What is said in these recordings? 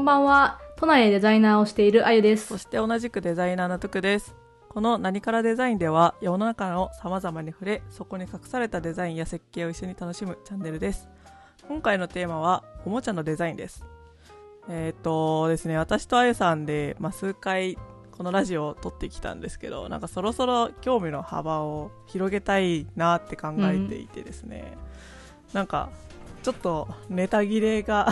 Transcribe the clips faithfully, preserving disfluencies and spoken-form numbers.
んばんは。都内でデザイナーをしているあゆです。 そして同じくデザイナーの徳です。この何からデザインでは世の中の様々に触れ、そこに隠されたデザインや設計を一緒に楽しむチャンネルです。今回のテーマはおもちゃのデザインです。えっとですね、私とあゆさんで、まあ、数回このラジオを撮ってきたんですけど、なんかそろそろ興味の幅を広げたいなって考えていてですね、うん、なんかちょっとネタ切れが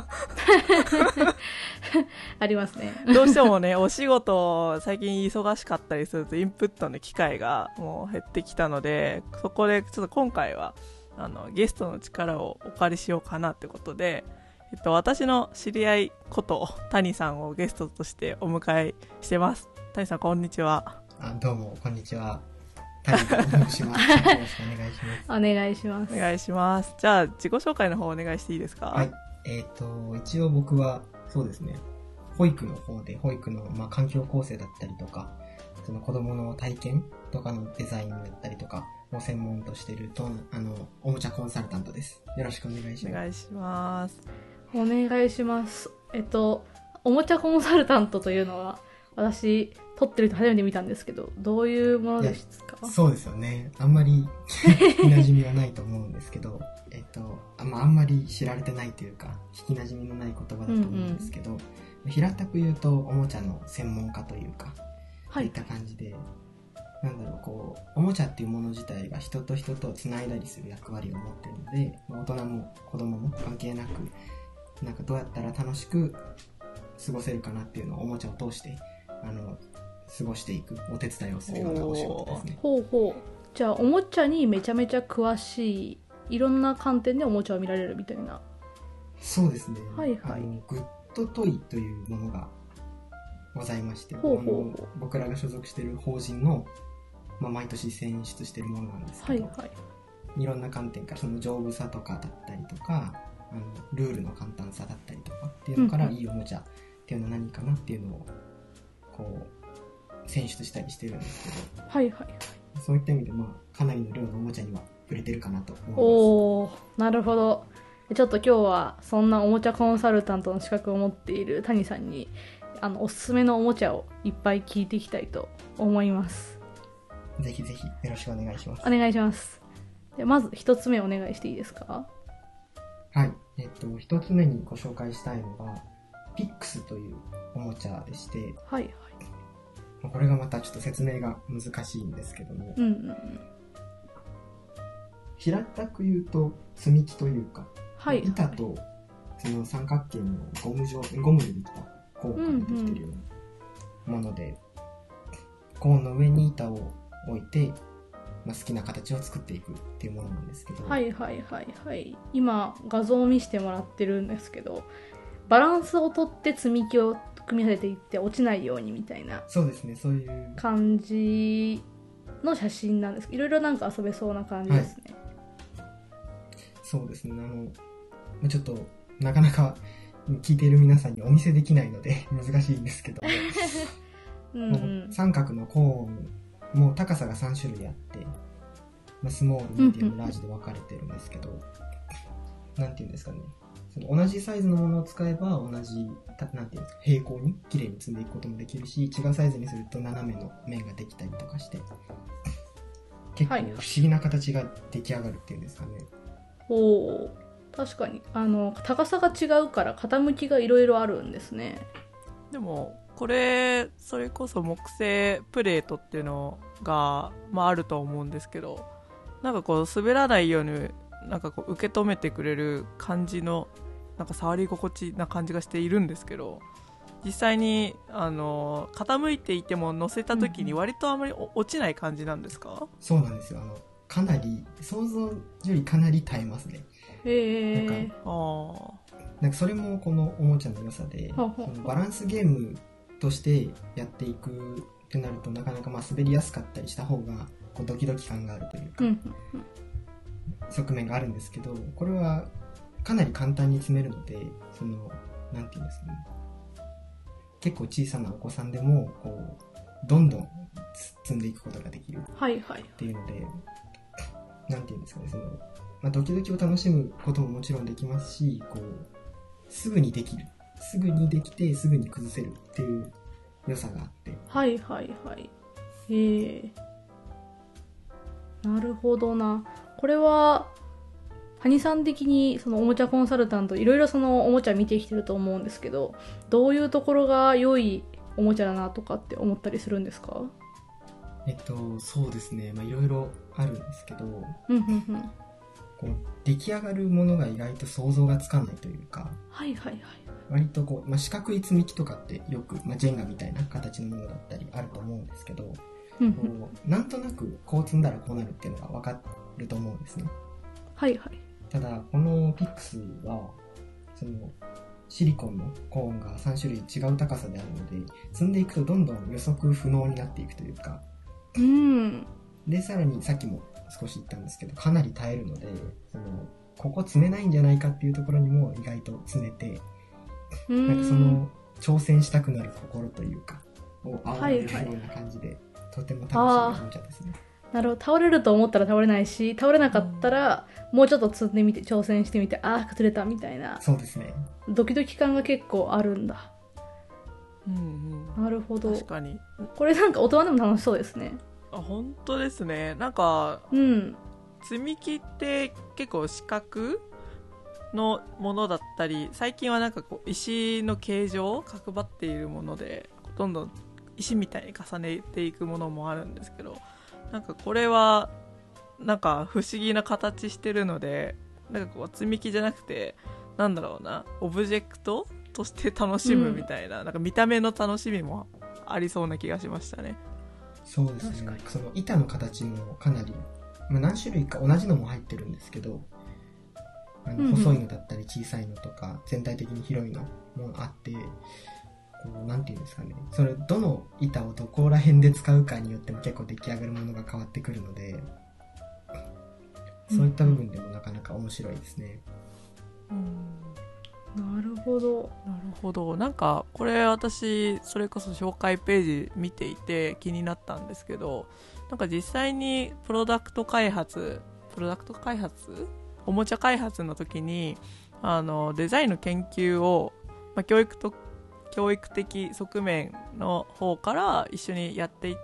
ありますね。 どうしてもね、お仕事最近忙しかったりするとインプットの機会がもう減ってきたので、そこでちょっと今回はあのゲストの力をお借りしようかなってことで、えっと、私の知り合いこと谷さんをゲストとしてお迎えしてます。谷さん、こんにちは。 あ、どうもこんにちは。谷と申します。よろしくお願いします。 お願いします。 お願いします。じゃあ自己紹介の方お願いしていいですか？ はい。えっと一応僕はそうですね、保育の方で保育のまあ環境構成だったりとか、その子供の体験とかのデザインだったりとかを専門としているとあのおもちゃコンサルタントです。よろしくお願いします。 お願いします。 お願いします。えっとおもちゃコンサルタントというのは私撮ってる人初めて見たんですけど、どういうものですか？ そうですよね。あんまり聞き馴染みはないと思うんですけど、えっとあんまあんまり知られてないというか聞き馴染みのない言葉だと思うんですけど、うんうん、平たく言うとおもちゃの専門家というか、はい、いった感じで、なんだろう、こうおもちゃっていうもの自体が人と人とつないだりする役割を持っているので、大人も子供も関係なく、なんかどうやったら楽しく過ごせるかなっていうのをおもちゃを通してあの過ごしていくお手伝いをするようなお仕事ですね。 ほうほう。じゃあおもちゃにめちゃめちゃ詳しい、いろんな観点でおもちゃを見られるみたいな。 そうですね、 はいはい、 あのグッドトイというものがございまして、ほうほうほう、あの僕らが所属している法人の、まあ、毎年選出しているものなんですけど、はいはい、いろんな観点からその丈夫さとかだったりとか、あのルールの簡単さだったりとかっていうのから、うんうん、いいおもちゃっていうのは何かなっていうのをこう選出したりしてるんですけど、 はいはいはい、 そういった意味で、まあ、かなりの量のおもちゃには触れてるかなと思います。 おー、なるほど。ちょっと今日はそんなおもちゃコンサルタントの資格を持っている谷さんにあのおすすめのおもちゃをいっぱい聞いていきたいと思います。 ぜひぜひよろしくお願いします。 お願いします。でまず一つ目お願いしていいですか？ はい、えっと一つ目にご紹介したいのがピックスというおもちゃでして、 はいはい、 これがまたちょっと説明が難しいんですけども、うんうんうん、平たく言うと積み木というか、はいはい、板とその三角形のゴム状ゴムでできたコーンができているようなもので、うんうん、コーンの上に板を置いて、まあ、好きな形を作っていくっていうものなんですけど、 はいはいはいはい、今画像を見せてもらってるんですけど、バランスをとって積み木を組み立てていって落ちないようにみたいな、 そうですね、そういう感じの写真なんですけど、いろいろなんか遊べそうな感じですね。 はい、そうですね、あのちょっとなかなか聞いている皆さんにお見せできないので難しいんですけどうん、うん、三角のコーンも高さがさん種類あって、まあ、スモール、ミディアム、ラージで分かれてるんですけど、うんうん、なんていうんですかね、その同じサイズのものを使えば同じなんていうんですか、平行に綺麗に積んでいくこともできるし、違うサイズにすると斜めの面ができたりとかして、結構不思議な形が出来上がるっていうんですかね。 おー、確かにあの高さが違うから傾きがいろいろあるんですね。 でもこれそれこそ木製プレートっていうのが、まあ、あると思うんですけど、なんかこう滑らないようになんかこう受け止めてくれる感じのなんか触り心地な感じがしているんですけど、実際にあの傾いていても乗せた時に割とあまり落ちない感じなんですか？うんうん、 そうなんですよ。あのかなり想像よりかなり耐えますね。 へえ。 なんかあなんかそれもこのおもちゃの良さで、そのバランスゲームとしてやっていくってなるとなかなかまあ滑りやすかったりした方がこうドキドキ感があるというか、うんうん、側面があるんですけど、これはかなり簡単に積めるので、そのなんていうんですかね、結構小さなお子さんでもこうどんどん積んでいくことができるっていうので、はいはい、なんていうんですかね、その、まあ、ドキドキを楽しむことももちろんできますし、こうすぐにできる、 すぐにできてすぐに崩せるっていう良さがあって。 はいはいはい。へえ。なるほどな。これは谷さん的にそのおもちゃコンサルタントいろいろそのおもちゃ見てきてると思うんですけど、どういうところが良いおもちゃだなとかって思ったりするんですか？ えっとそうですね、まあいろいろあるんですけど、 うんうんうん、 こう出来上がるものが意外と想像がつかないというか、 はいはいはい、 割とこう、まあ、四角い積み木とかってよく、まあ、ジェンガみたいな形のものだったりあると思うんですけど、 うんうん、 こうなんとなくこう積んだらこうなるっていうのが分かると思うんですね。 はいはい。 ただこのピックスはそのシリコンのコーンがさん種類違う高さであるので、積んでいくとどんどん予測不能になっていくというか、 うん、 でさらにさっきも少し言ったんですけど、かなり耐えるので、そのここ積めないんじゃないかっていうところにも意外と詰めて、なんかその挑戦したくなる心というかを煽れるような感じで、はいはい、とても楽しいおもちゃですね。 なるほど。倒れると思ったら倒れないし、倒れなかったらもうちょっと積んでみて挑戦してみて、ああ崩れたみたいな。 そうですね。 ドキドキ感が結構あるんだ。 うんうん、 なるほど。 確かに。 これなんか大人でも楽しそうですね。 あ、本当ですね。なんか、 うん、 積み木って結構四角のものだったり、最近はなんかこう石の形状を角張っているものでどんどん石みたいに重ねていくものもあるんですけど、なんかこれはなんか不思議な形してるので、なんかこう積み木じゃなくてなんだろうな、オブジェクトとして楽しむみたいな、うん、なんか見た目の楽しみもありそうな気がしましたね。 そうですね。その板の形もかなり、まあ、何種類か同じのも入ってるんですけど、あの細いのだったり小さいのとか、うんうん、全体的に広いのもあって、こうなんていうんですかね、それどの板をどこら辺で使うかによっても結構出来上がるものが変わってくるので、そういった部分でもなかなか面白いですね。 うん、なるほどなるほど。なんかこれ私それこそ紹介ページ見ていて気になったんですけど、なんか実際にプロダクト開発プロダクト開発おもちゃ開発の時にあのデザインの研究を、まあ、教育と教育的側面の方から一緒にやっていって、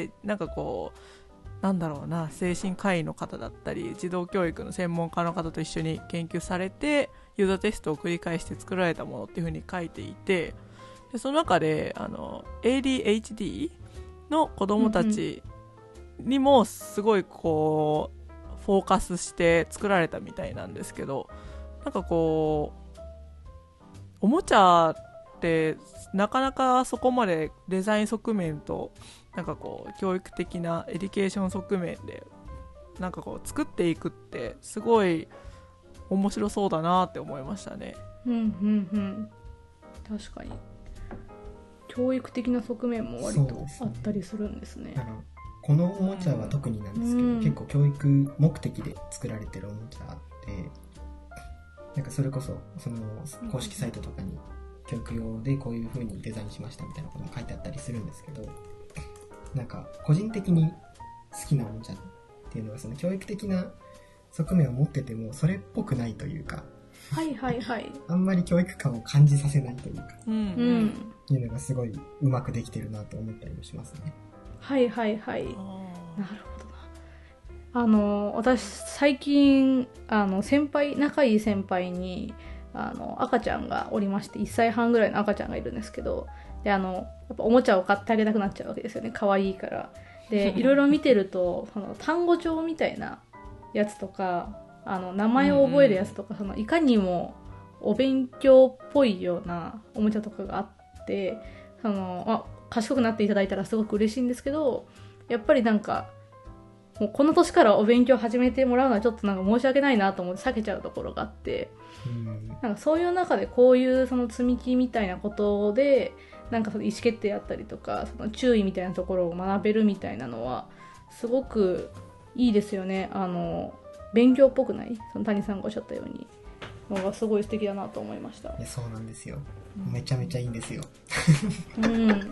なんかこうなんだろうな、精神科医の方だったり児童教育の専門家の方と一緒に研究されてユーザーテストを繰り返して作られたものっていう風に書いていて、でその中であの エーディーエイチディー の子どもたちにもすごいこうフォーカスして作られたみたいなんですけど、なんかこうおもちゃってなかなかそこまでデザイン側面となんかこう教育的なエデュケーション側面でなんかこう作っていくってすごい面白そうだなって思いましたね。 うんうんうん。確かに教育的な側面も割とあったりするんですね。 だからこのおもちゃは特になんですけど、うん、結構教育目的で作られてるおもちゃあって、なんかそれこそその公式サイトとかに教育用でこういう風にデザインしましたみたいなことも書いてあったりするんですけど、なんか個人的に好きなおもちゃっていうのはその教育的な側面を持っててもそれっぽくないというか、 はいはいはい、あんまり教育感を感じさせないというか、 うん、 いうのがすごいうまくできてるなと思ったりもしますね。 はいはいはい。なるほどな。あの私最近あの先輩仲いい先輩にあの赤ちゃんがおりまして、いっさいはんぐらいの赤ちゃんがいるんですけど、であのやっぱおもちゃを買ってあげたくなっちゃうわけですよね、可愛いから。でいろいろ見てるとその単語帳みたいなやつとかあの名前を覚えるやつとか、うんうん、そのいかにもお勉強っぽいようなおもちゃとかがあって、そのあ賢くなっていただいたらすごく嬉しいんですけど、やっぱりなんかもうこの年からお勉強始めてもらうのはちょっとなんか申し訳ないなと思って避けちゃうところがあって、うん、なんかそういう中でこういうその積み木みたいなことでなんかその意思決定やったりとかその注意みたいなところを学べるみたいなのはすごくいいですよね。あの勉強っぽくない、その谷さんがおっしゃったようにのがすごい素敵だなと思いました。 いやそうなんですよ、めちゃめちゃいいんですよ。 うんめっ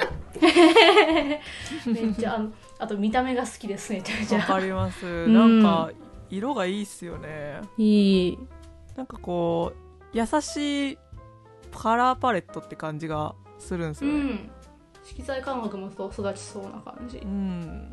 ちゃ あ, あと見た目が好きです。めちゃめちゃわかります、うん、なんか色がいいっすよね。 いい、 なんかこう優しいカラーパレットって感じがするんですよね、うん、 色彩感覚も育ちそうな感じ、 うん、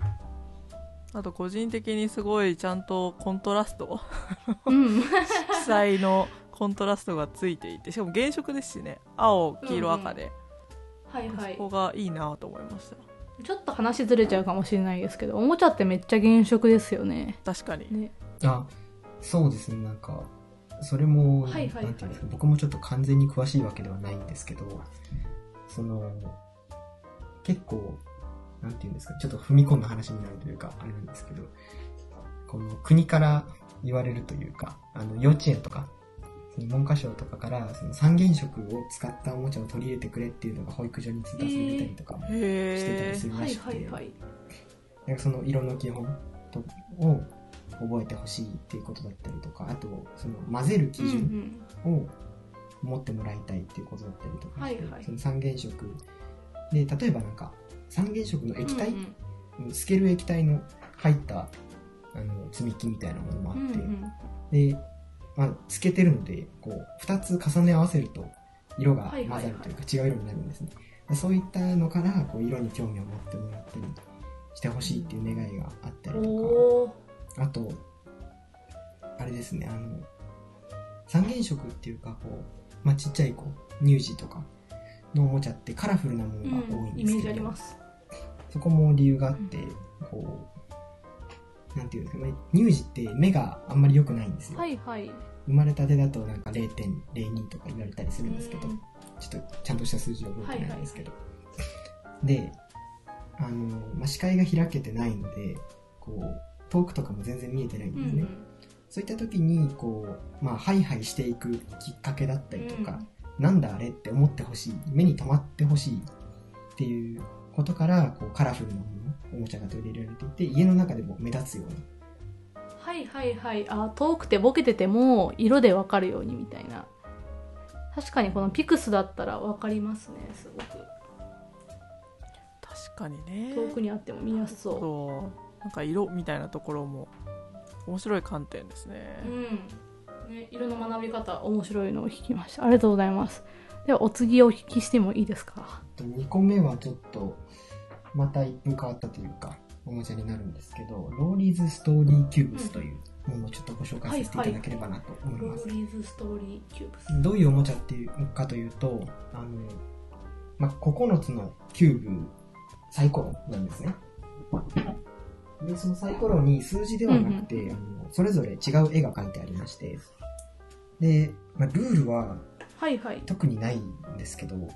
あと個人的にすごいちゃんとコントラスト、うん、色彩のコントラストがついていて、しかも原色ですしね、青黄色赤で、 うんうん、はいはい、 そこがいいなと思いました。 ちょっと話ずれちゃうかもしれないですけど、おもちゃってめっちゃ原色ですよね。 確かに、 ね、 あ、そうですね。なんかそれも、はいはいはい、なんていうんですか、僕もちょっと完全に詳しいわけではないんですけど、その結構なんていうんですか、ちょっと踏み込んだ話になるというかあれなんですけど、この国から言われるというか、あの幼稚園とかその文科省とかからその三原色を使ったおもちゃを取り入れてくれっていうのが保育所に通達されたりとかもしてたりするらしくて、なんかその色の基本とを覚えてほしいっていうことだったりとか、あとその混ぜる基準を持ってもらいたいっていうことだったりとか、はいはい、その三原色で、例えばなんか三原色の液体、うんうん、透ける液体の入ったあの積み木みたいなものもあって、うんうん、で、まあ、透けてるのでこうふたつ重ね合わせると色が混ざるというか違う色になるんですね、はいはいはい、そういったのからこう色に興味を持ってもらったりしてほしいっていう願いがあったりとか、あとあれですね、あの三原色っていうかこう、まあ、ちっちゃいこう乳児とかのおもちゃってカラフルなものが多いんですけど、うん、イメージあります。そこも理由があって、うん、こうなんていうんですかね、乳児って目があんまり良くないんですよ、 はいはい、 生まれたてだとなんか ゼロてんゼロに とか言われたりするんですけど、うん、ちょっとちゃんとした数字は覚えてないんですけど、はいはい、であの、まあ、視界が開けてないのでこう遠くとかも全然見えてないんですね、うん、そういった時にこう、まあ、ハイハイしていくきっかけだったりとか、うん、なんだあれって思ってほしい、目に留まってほしいっていうことからこうカラフルなものおもちゃが取り入れられていて、家の中でも目立つように、 はいはいはい、あ、遠くてボケてても色で分かるようにみたいな。確かにこのピクスだったら分かりますね、すごく。 確かにね、 遠くにあっても見やすそう。 そうなんか色みたいなところも面白い観点ですね。 うん、ね、色の学び方面白いのを聞きました。ありがとうございます。ではお次お聞きしてもいいですか。 にこめはちょっとまた一風変わったというかおもちゃになるんですけど、ローリーズストーリーキューブスというものをちょっとご紹介させていただければなと思います。 ローリーズストーリーキューブス、 どういうおもちゃっていうかというと、あの、まあ、ここのつのキューブサイコロなんですね。でそのサイコロに数字ではなくて、うんうん、あのそれぞれ違う絵が描いてありまして、で、まあ、ルールは特にないんですけど、はいはい、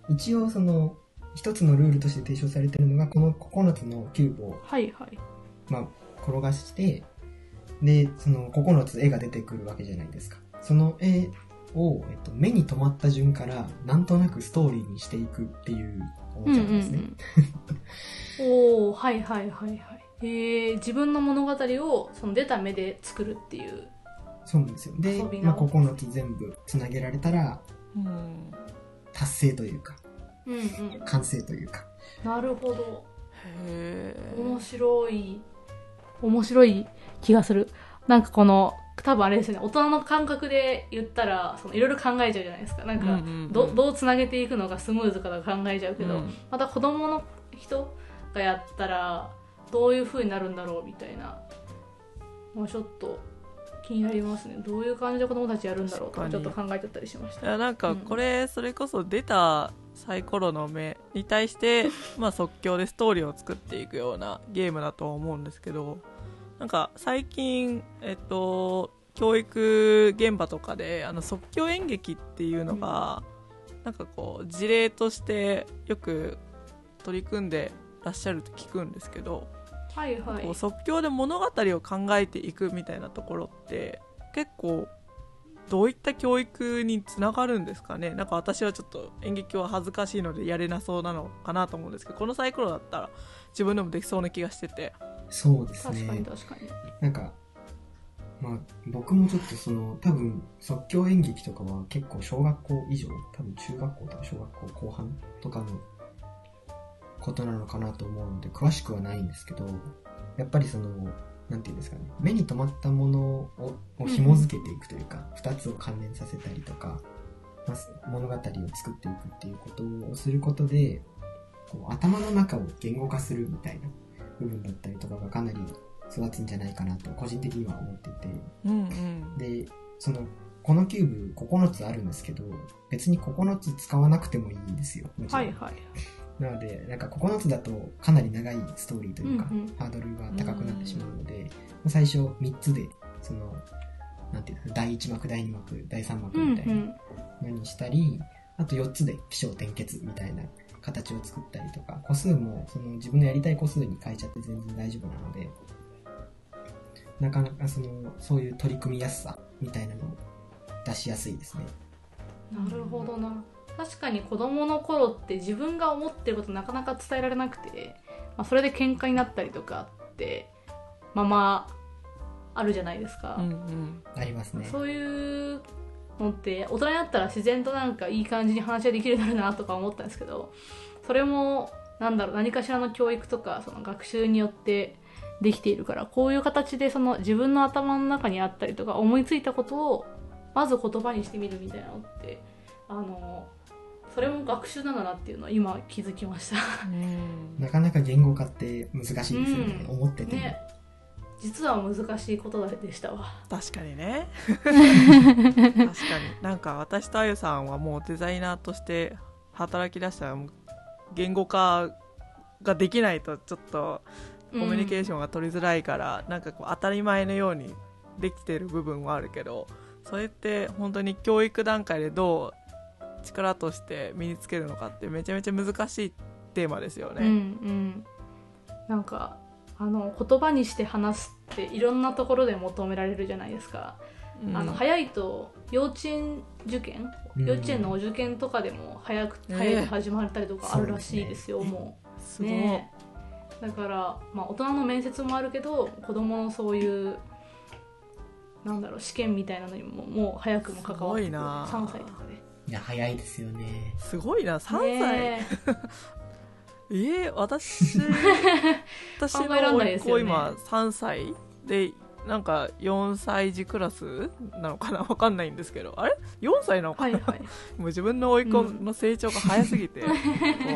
一応その一つのルールとして提唱されているのが、このここのつのキューブを、 はいはい、 まあ、転がして、でそのここのつ絵が出てくるわけじゃないですか。その絵を、えっと、目に留まった順からなんとなくストーリーにしていくっていうおもちゃなんですね、 うんうんうん、おー、はいはいはいはい、えー、自分の物語をその出た目で作るっていう。 そうなんですよ。で、まあ、ここのつ全部つなげられたら、うん、達成というか、うんうん、完成というか。 なるほど。へー、面白い面白い気がする。なんかこの多分あれですよね、大人の感覚で言ったらいろいろ考えちゃうじゃないですか。なんか ど,、うんうんうん、どうつなげていくのがスムーズかとか考えちゃうけど、うん、また子供の人がやったらどういう風になるんだろうみたいな、もうちょっと気になりますね。どういう感じで子供たちやるんだろうとかちょっと考えちゃったりしました。 いや、なんかこれ、うん、それこそ出たサイコロの目に対してまあ即興でストーリーを作っていくようなゲームだとは思うんですけど、なんか最近、えっと、教育現場とかであの即興演劇っていうのが、うん、なんかこう事例としてよく取り組んでらっしゃると聞くんですけど、 はいはい、 こう即興で物語を考えていくみたいなところって結構どういった教育につながるんですかね。なんか私はちょっと演劇は恥ずかしいのでやれなそうなのかなと思うんですけど、このサイコロだったら自分でもできそうな気がしてて。 そうですね、 確かに確かに。 なんか、まあ、僕もちょっとその多分即興演劇とかは結構小学校以上、多分中学校とか小学校後半とかのことなのかなと思うので詳しくはないんですけど、やっぱりそのなんていうんですかね、目に留まったものを、を紐付けていくというか、うん、ふたつを関連させたりとかまあ、物語を作っていくっていうことをすることで、こう頭の中を言語化するみたいな部分だったりとかがかなり育つんじゃないかなと個人的には思っていて、 うんうん、 でそのこのキューブここのつあるんですけど、別にここのつ使わなくてもいいんですよ。もちろん。はいはい。なのでなんかここのつだとかなり長いストーリーというか、うんうん、ハードルが高くなってしまうので、うん、最初みっつでそのなんていうの、だいいち幕だいに幕だいさん幕みたいなのにしたり、うんうん、あとよっつで起承転結みたいな形を作ったりとか、個数もその自分のやりたい個数に変えちゃって全然大丈夫なので、なかなかそのそういう取り組みやすさみたいなのを出しやすいですね。 なるほどな。確かに子供の頃って自分が思ってることなかなか伝えられなくて、まあ、それで喧嘩になったりとかってままあるじゃないですか、 うんうん、ありますね。 そういうのって大人になったら自然となんかいい感じに話ができるようになるなとか思ったんですけど、それもなんだろう、何かしらの教育とかその学習によってできているから、こういう形でその自分の頭の中にあったりとか思いついたことをまず言葉にしてみるみたいなのって、あのそれも学習なんだなっていうのは今気づきました。 うんなかなか言語化って難しいですよね、うん、思ってても、ね、 実は難しいことでしたわ。 確かにね確かになんか私とあゆさんはもうデザイナーとして働き出したら言語化ができないとちょっとコミュニケーションが取りづらいから、うん、なんかこう当たり前のようにできてる部分はあるけど、それって本当に教育段階でどう力として身につけるのかってめちゃめちゃ難しいテーマですよね。 うんうん、なんかあの言葉にして話すっていろんなところで求められるじゃないですか、うん、あの早いと幼稚園受験、うん、幼稚園のお受験とかでも早く、早く始まったりとかあるらしいですよ、えー、もうすごい、ね、 だから、まあ、大人の面接もあるけど子供のそういうなんだろう試験みたいなのにももう早くも関わってくる、さんさいとかで、 いや早いですよね。 すごいなさんさい、ねえー、私私の甥っ子今さんさいでなんかよんさい児クラスなのかな、わかんないんですけど、あれよんさいなのかな、はいはい、もう自分の甥っ子の成長が早すぎて、うん、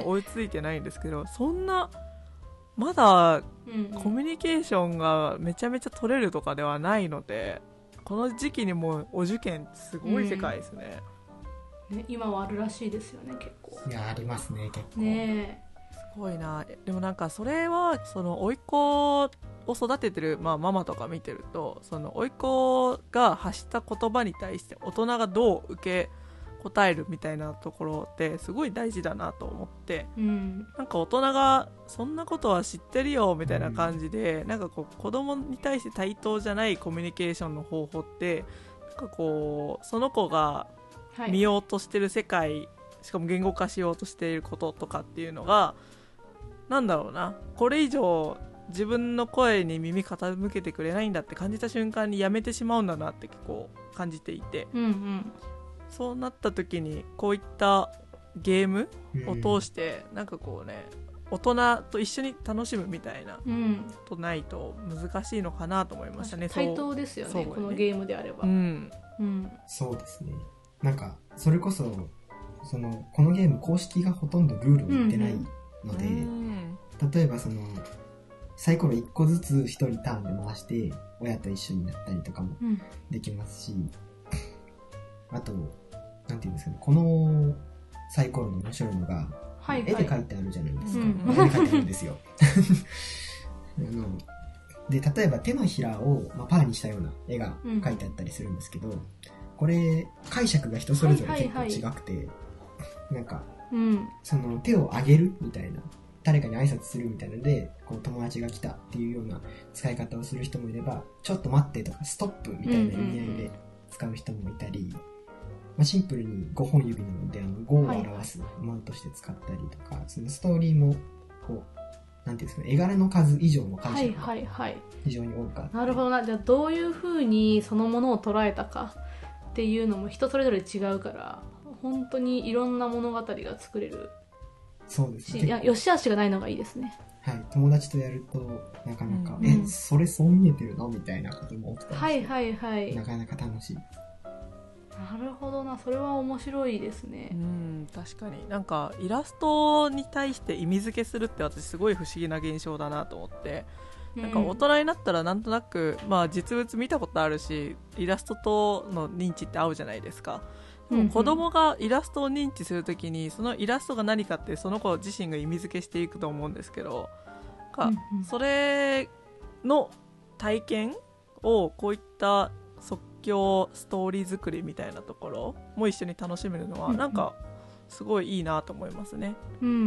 追いついてないんですけど、そんなまだコミュニケーションがめちゃめちゃ取れるとかではないので、この時期にもうお受験すごい世界ですね、 うんね、今はあるらしいですよね結構。 いやありますね結構ね。 すごいな。でもなんかそれはその甥っ子を育ててる、まあ、ママとか見てると、その甥っ子が発した言葉に対して大人がどう受け答えるみたいなところってすごい大事だなと思って、うん、なんか大人がそんなことは知ってるよみたいな感じで、うん、なんかこう子供に対して対等じゃないコミュニケーションの方法ってなんかこうその子が見ようとしてる世界、はい、しかも言語化しようとしていることとかっていうのがなんだろうな、これ以上自分の声に耳傾けてくれないんだって感じた瞬間にやめてしまうんだなって結構感じていて、うんうん、そうなった時にこういったゲームを通してなんかこうね大人と一緒に楽しむみたいなとないと難しいのかなと思いましたね。 対等ですよ ね, ねこのゲームであれば、 うんうん、そうですね。なんかそれこそそのこのゲーム公式がほとんどルールを言ってないので、うんうん、例えばそのサイコロいっこずつひとりターンで回して親と一緒になったりとかもできますし、うん、あとなんていうんですかね、このサイコロの面白いのが、はいはい、絵で描いてあるじゃないですか、うん、絵で描いてあるんですよあので例えば手のひらを、まあ、パーにしたような絵が描いてあったりするんですけど、うん、これ解釈が人それぞれ結構違くて、はいはいはい、なんか、うん、その手を上げるみたいな、誰かに挨拶するみたいなのでこう友達が来たっていうような使い方をする人もいれば、ちょっと待ってとかストップみたいな意味合いで使う人もいたり、うんうんうん、まあ、シンプルにごほん指なのであのごを表すものとして使ったりとか、はいはい、そのストーリーもこうなんていうんですかね、絵柄の数以上の解釈が非常に多かった、 はいはいはい、なるほどな。じゃあどういう風にそのものを捉えたかっていうのも人それぞれ違うから、本当にいろんな物語が作れる。 そうですね。 いや、良し悪しがないのがいいですね。 はい、友達とやるとなかなか、うん、え、それそう見えてるのみたいなことも起きたりして、 はいはいはい、 なかなか楽しい。 なるほどな、それは面白いですね。 うん、確かになんかイラストに対して意味付けするって私すごい不思議な現象だなと思って、なんか大人になったらなんとなく、まあ、実物見たことあるしイラストとの認知って合うじゃないですか。でも子供がイラストを認知するときにそのイラストが何かってその子自身が意味付けしていくと思うんですけど、かそれの体験をこういった即興ストーリー作りみたいなところも一緒に楽しめるのはなんかすごいいいなと思いますね。 うんうんうん、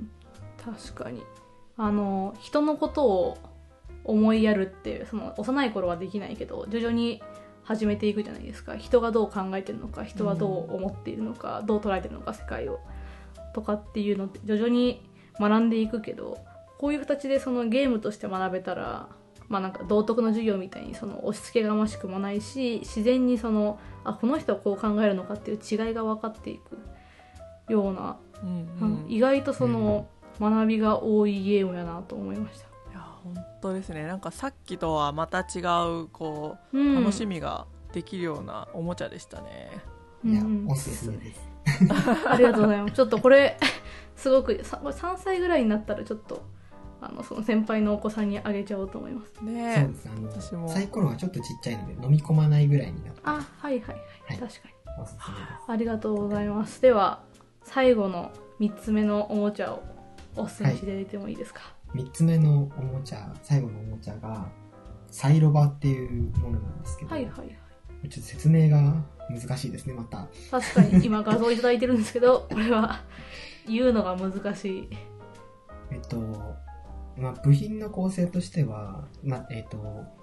確かにあの人のことを思いやるってその幼い頃はできないけど徐々に始めていくじゃないですか。人がどう考えてるのか、人はどう思っているのか、うん、どう捉えてるのか世界をとかっていうのって徐々に学んでいくけど、こういう形でそのゲームとして学べたら、まあ、なんか道徳の授業みたいにその押し付けがましくもないし、自然にそのあこの人はこう考えるのかっていう違いが分かっていくような、うんうん、意外とその学びが多いゲームやなと思いました。 いや本当ですね。なんかさっきとはまた違うこう、うん、楽しみができるようなおもちゃでしたね。 いや、うん、おすすめですありがとうございます。ちょっとこれすごくさんさいぐらいになったらちょっとあのその先輩のお子さんにあげちゃおうと思いますね。 そうです。あの私もサイコロはちょっとちっちゃいので飲み込まないぐらいになって。 あ、はいはいはい、はい、確かにおすすめです。 ありがとうございます。では最後のみっつめのおもちゃをおすすめしていただいてもいいですか。 はい、みっつめのおもちゃ、最後のおもちゃがサイロバっていうものなんですけど、 はいはいはい、 ちょっと説明が難しいですね。また確かに今画像いただいてるんですけどこれは言うのが難しい。 えっとまあ、部品の構成としては、まあ、えっと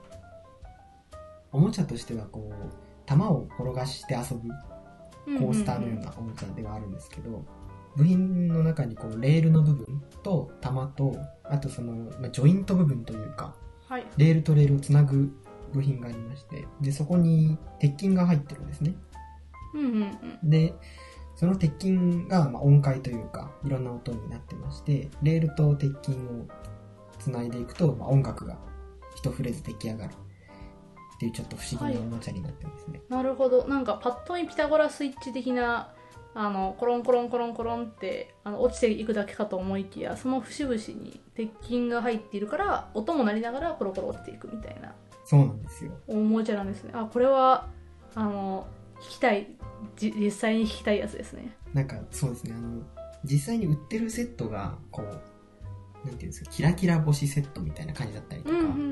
おもちゃとしてはこう玉を転がして遊ぶコースターのようなおもちゃではあるんですけど、うんうんうん、部品の中にこうレールの部分と玉とあとその、まあ、ジョイント部分というか、はい、レールとレールをつなぐ部品がありまして、でそこに鉄筋が入ってるんですね、 うんうんうん、 でその鉄筋がまあ音階というかいろんな音になってまして、レールと鉄筋をつないでいくと、まあ、音楽が一フレーズ出来上がるっていうちょっと不思議なおもちゃになってますね、 はい、なるほど。なんかパッと見ピタゴラスイッチ的なあのコロンコロンコロンコロンってあの落ちていくだけかと思いきや、その節々に鉄筋が入っているから音も鳴りながらコロコロ落ちていくみたいな。 そうなんですよ。 おもちゃなんですね。あ、これはあの弾きたい、じ実際に弾きたいやつですね。 なんかそうですね、あの実際に売ってるセットがこうなんていうんですか、キラキラ星セットみたいな感じだったりとか、うんうんうん、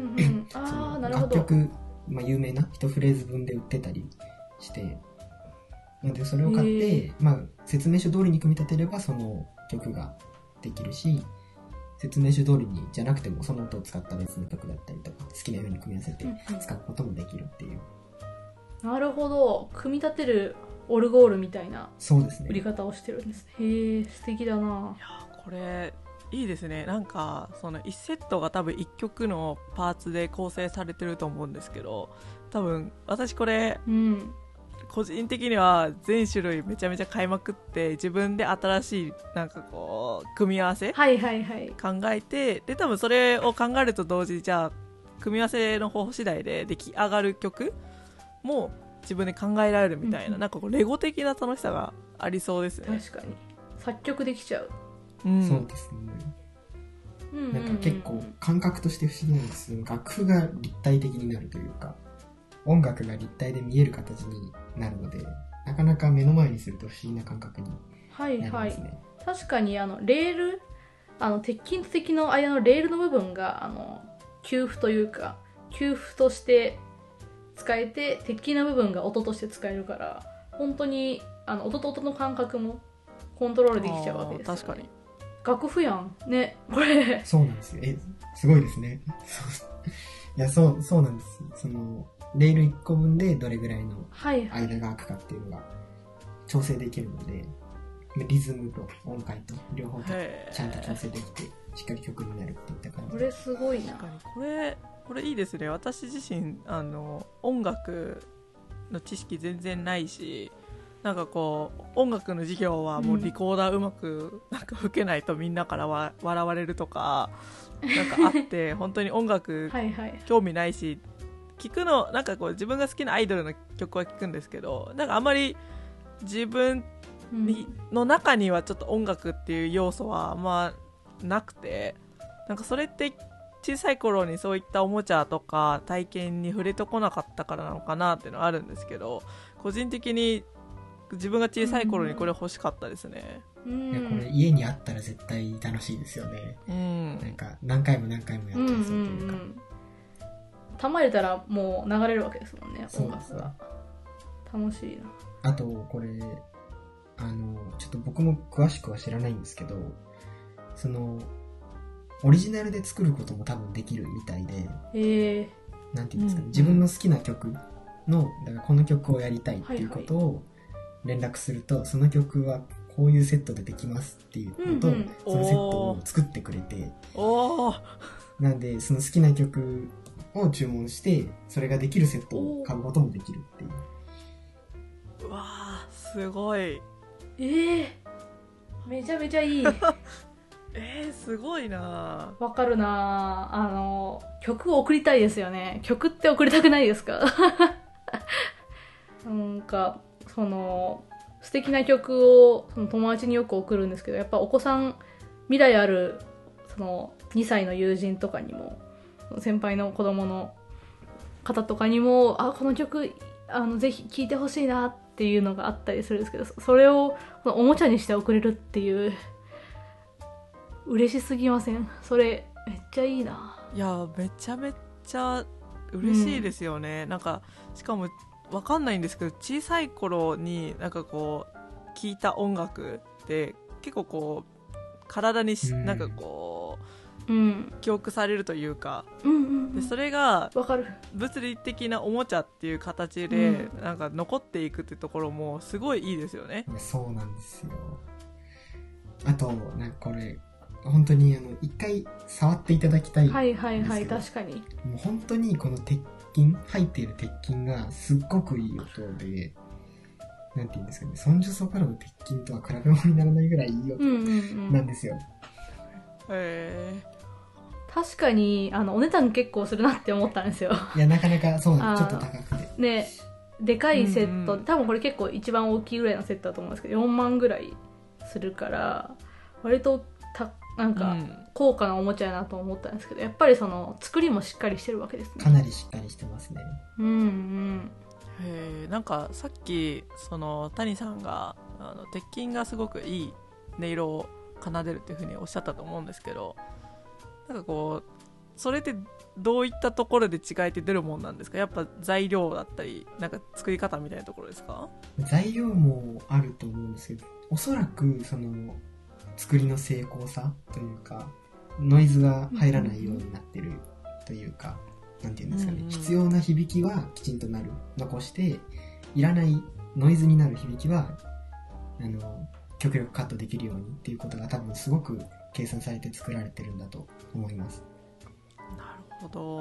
あなるほど、楽曲、まあ、有名な一フレーズ分で売ってたりしてなのでそれを買って、まあ、説明書通りに組み立てればその曲ができるし、説明書通りにじゃなくてもその音を使った別の曲だったりとか好きなように組み合わせて使うこともできるっていう、 うんうん、なるほど。組み立てるオルゴールみたいな売り方をしてるんですね。へえ、素敵だな。いやこれいいですね。なんかそのいちセットが多分いっきょくのパーツで構成されてると思うんですけど、多分私これ、うん、個人的には全種類めちゃめちゃ買いまくって自分で新しいなんかこう組み合わせ、 はいはいはい、 考えて、で多分それを考えると同時にじゃあ組み合わせの方法次第で出来上がる曲も自分で考えられるみたいな、うん、なんかこうレゴ的な楽しさがありそうですね。 確かに作曲できちゃう、 うん、そうですね。なんか結構感覚として不思議なんですよ。楽譜が立体的になるというか音楽が立体で見える形になるので、なかなか目の前にすると不思議な感覚になりますね。はいはい、 確かにあのレール、あの鉄筋と鉄筋の間のレールの部分があの給付というか給付として使えて、鉄筋の部分が音として使えるから、本当にあの音と音の感覚もコントロールできちゃうわけですよね。 確かに楽譜やんねこれ。 そうなんですよ。えすごいですね。いやそうそうなんです。そのレールいっこぶんでどれぐらいの間が空くかっていうのが調整できるので、はいはい、リズムと音階と両方とちゃんと調整できてしっかり曲になるっていった感じ。 これすごいな。 これこれいいですね。私自身あの音楽の知識全然ないし、なんかこう音楽の授業はもうリコーダーうまくなんか吹けないとみんなからわ笑われるとかなんかあって本当に音楽興味ないし聞くのなんかこう自分が好きなアイドルの曲は聞くんですけど、なんかあんまり自分の中にはちょっと音楽っていう要素はあんまなくて、なんかそれって小さい頃にそういったおもちゃとか体験に触れてこなかったからなのかなっていうのはあるんですけど、個人的に自分が小さい頃にこれ欲しかったですね。 うん、いやこれ家にあったら絶対楽しいですよね。うん、なんか何回も何回もやってるそうというか、うんうんうん、 玉入れたらもう流れるわけですもんね、音楽が。楽しいな。 あとこれあのちょっと僕も詳しくは知らないんですけど、そのオリジナルで作ることも多分できるみたいで、 えー、 なんていうんですかね、うん、自分の好きな曲のだからこの曲をやりたいっていうことを連絡すると、はいはい、その曲はこういうセットでできますっていうのと、うんうん、そのセットを作ってくれて、 おなんでその好きな曲を注文してそれができるセットを買うこともできるっていう。 うわーすごい。 えー、めちゃめちゃいい。 えー、すごいな。 わかるな。あの曲を送りたいですよね。曲って送りたくないですか？なんかその素敵な曲をその友達によく送るんですけど、やっぱお子さん未来あるそのにさいの友人とかにも、先輩の子供の方とかにも、あこの曲あのぜひ聴いてほしいなっていうのがあったりするんですけど、それをおもちゃにして送れるっていう、嬉しすぎません？それめっちゃいいな。 いやめちゃめちゃ嬉しいですよね、うん、なんかしかもわかんないんですけど、小さい頃になんかこう聴いた音楽って結構こう体にし、うん、なんかこう、うん、記憶されるというか、うんうんうん、でそれが物理的なおもちゃっていう形でなんか残っていくってところもすごいいいですよね。 そうなんですよ。あとなんかこれ本当にあの一回触っていただきたいんですけど、 はいはいはい、確かにもう本当にこの鉄筋入っている鉄筋がすっごくいい音で、なんていうんですかね、ソンジュソからの鉄筋とは比べ物にならないぐらいいい音なんですよ。 うんうんうん、へー確かにあのお値段結構するなって思ったんですよ。 いやなかなかそうなんです、ちょっと高くてね、でかいセット、うんうん、多分これ結構一番大きいぐらいのセットだと思うんですけどよんまんぐらいするから割とたなんか高価なおもちゃやなと思ったんですけど、やっぱりその作りもしっかりしてるわけですね。 かなりしっかりしてますね。 うんうん。 へーなんかさっきその谷さんがあの鉄筋がすごくいい音色を奏でるっていう風におっしゃったと思うんですけど、なんかこうそれってどういったところで違いって出るもんなんですか？やっぱ材料だったりなんか作り方みたいなところですか？ 材料もあると思うんですけど、おそらくその作りの精巧さというかノイズが入らないようになってるというか、うん、なんていうんですかね、うんうん、必要な響きはきちんとなる残して、いらないノイズになる響きはあの極力カットできるようにっていうことが多分すごく計算されて作られてるんだと思います。 なるほど。 うん、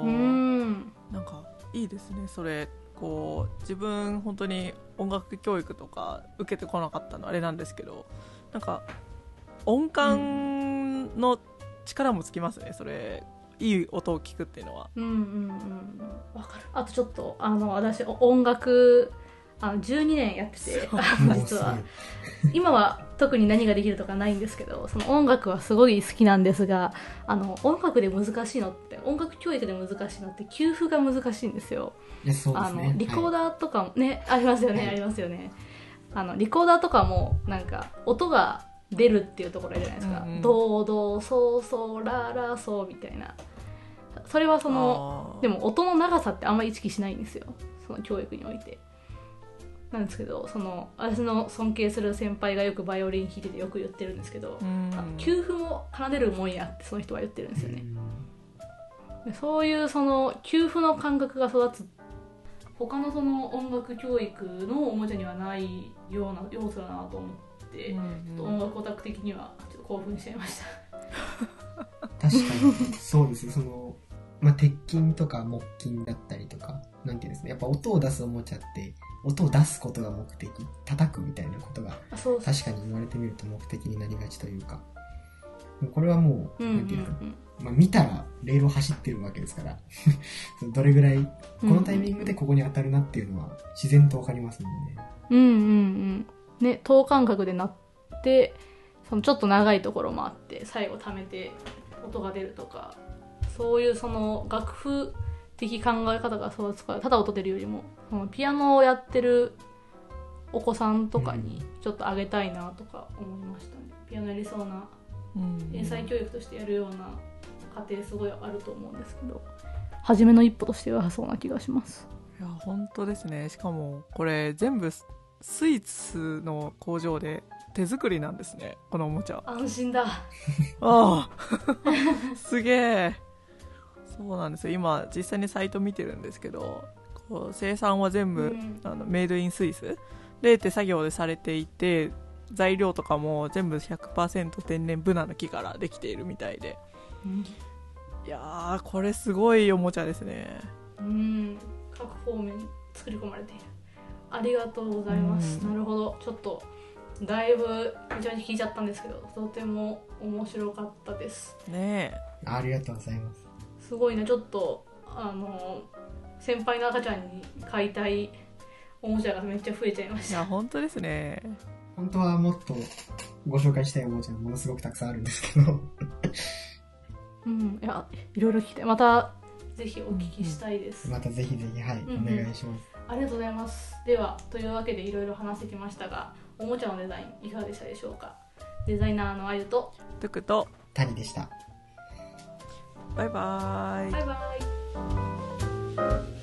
なんかいいですねそれ。こう自分本当に音楽教育とか受けてこなかったのあれなんですけど、なんか音感の力もつきますね、それいい音を聞くっていうのは。 うんうんうん、わかる。あとちょっとあの私音楽あのじゅうにねんやってて実は今は特に何ができるとかないんですけど、その音楽はすごい好きなんですが、あの音楽で難しいのって音楽教育で難しいのって給付が難しいんですよ。 いやそうですね、 あのリコーダーとかもね、はい、ありますよね、はい、ありますよね。あのリコーダーとかもなんか音が出るっていうところじゃないですか、うんうん、ドードーソーソーラーラーソーみたいな。それはそのでも音の長さってあんまり意識しないんですよ、その教育において。なんですけど、その私の尊敬する先輩がよくバイオリン弾いててよく言ってるんですけど、給付も奏でるもんやってその人は言ってるんですよね。でそういうその給付の感覚が育つ他のその音楽教育のおもちゃにはないような要素だなと思って、うんうん、ちょっと音楽オタク的にはちょっと興奮しちゃいました確かにそうですね。その、まあ、鉄筋とか木筋だったりとかなんていうんですね、やっぱ音を出すおもちゃって音を出すことが目的、叩くみたいなことが確かに言われてみると目的になりがちというか、 これはもう、なんていうか、まあ、見たらレールを走ってるわけですからどれぐらいこのタイミングでここに当たるなっていうのは自然とわかりますもんね。 うんうんうんね、等間隔で鳴ってそのちょっと長いところもあって最後溜めて音が出るとか、そういうその楽譜的考え方がそう使う、ただ音出るよりもそのピアノをやってるお子さんとかにちょっとあげたいなとか思いましたね。ピアノやりそうな英才教育としてやるような家庭すごいあると思うんですけど、初めの一歩としてはそうな気がします。 いや本当ですね。しかもこれ全部スイスの工場で手作りなんですね、このおもちゃ。 安心だああすげえ。そうなんですよ。今実際にサイト見てるんですけど、こう生産は全部、うん、あのメイドインスイスで手作業でされていて、材料とかも全部 ひゃくパーセント 天然ブナの木からできているみたいで、うん、いやーこれすごいおもちゃですね。 うん、各方面に作り込まれている。ありがとうございます、うん、なるほど。ちょっとだいぶめちゃめちゃ聞いちゃったんですけど、とても面白かったですね。 えありがとうございます。 すごいね。ちょっとあの先輩の赤ちゃんに買いたいおもちゃがめっちゃ増えちゃいました。 いや本当ですね。 本当はもっとご紹介したいおもちゃがものすごくたくさんあるんですけどうん、いやいろいろ聞きたい。またぜひお聞きしたいです、 うん、またぜひぜひはい、うんうん、お願いします。 ありがとうございます。ではというわけでいろいろ話してきましたが、おもちゃのデザインいかがでしたでしょうか。デザイナーのあゆとトゥクと谷でした。 バイバーイ。 バイバイ。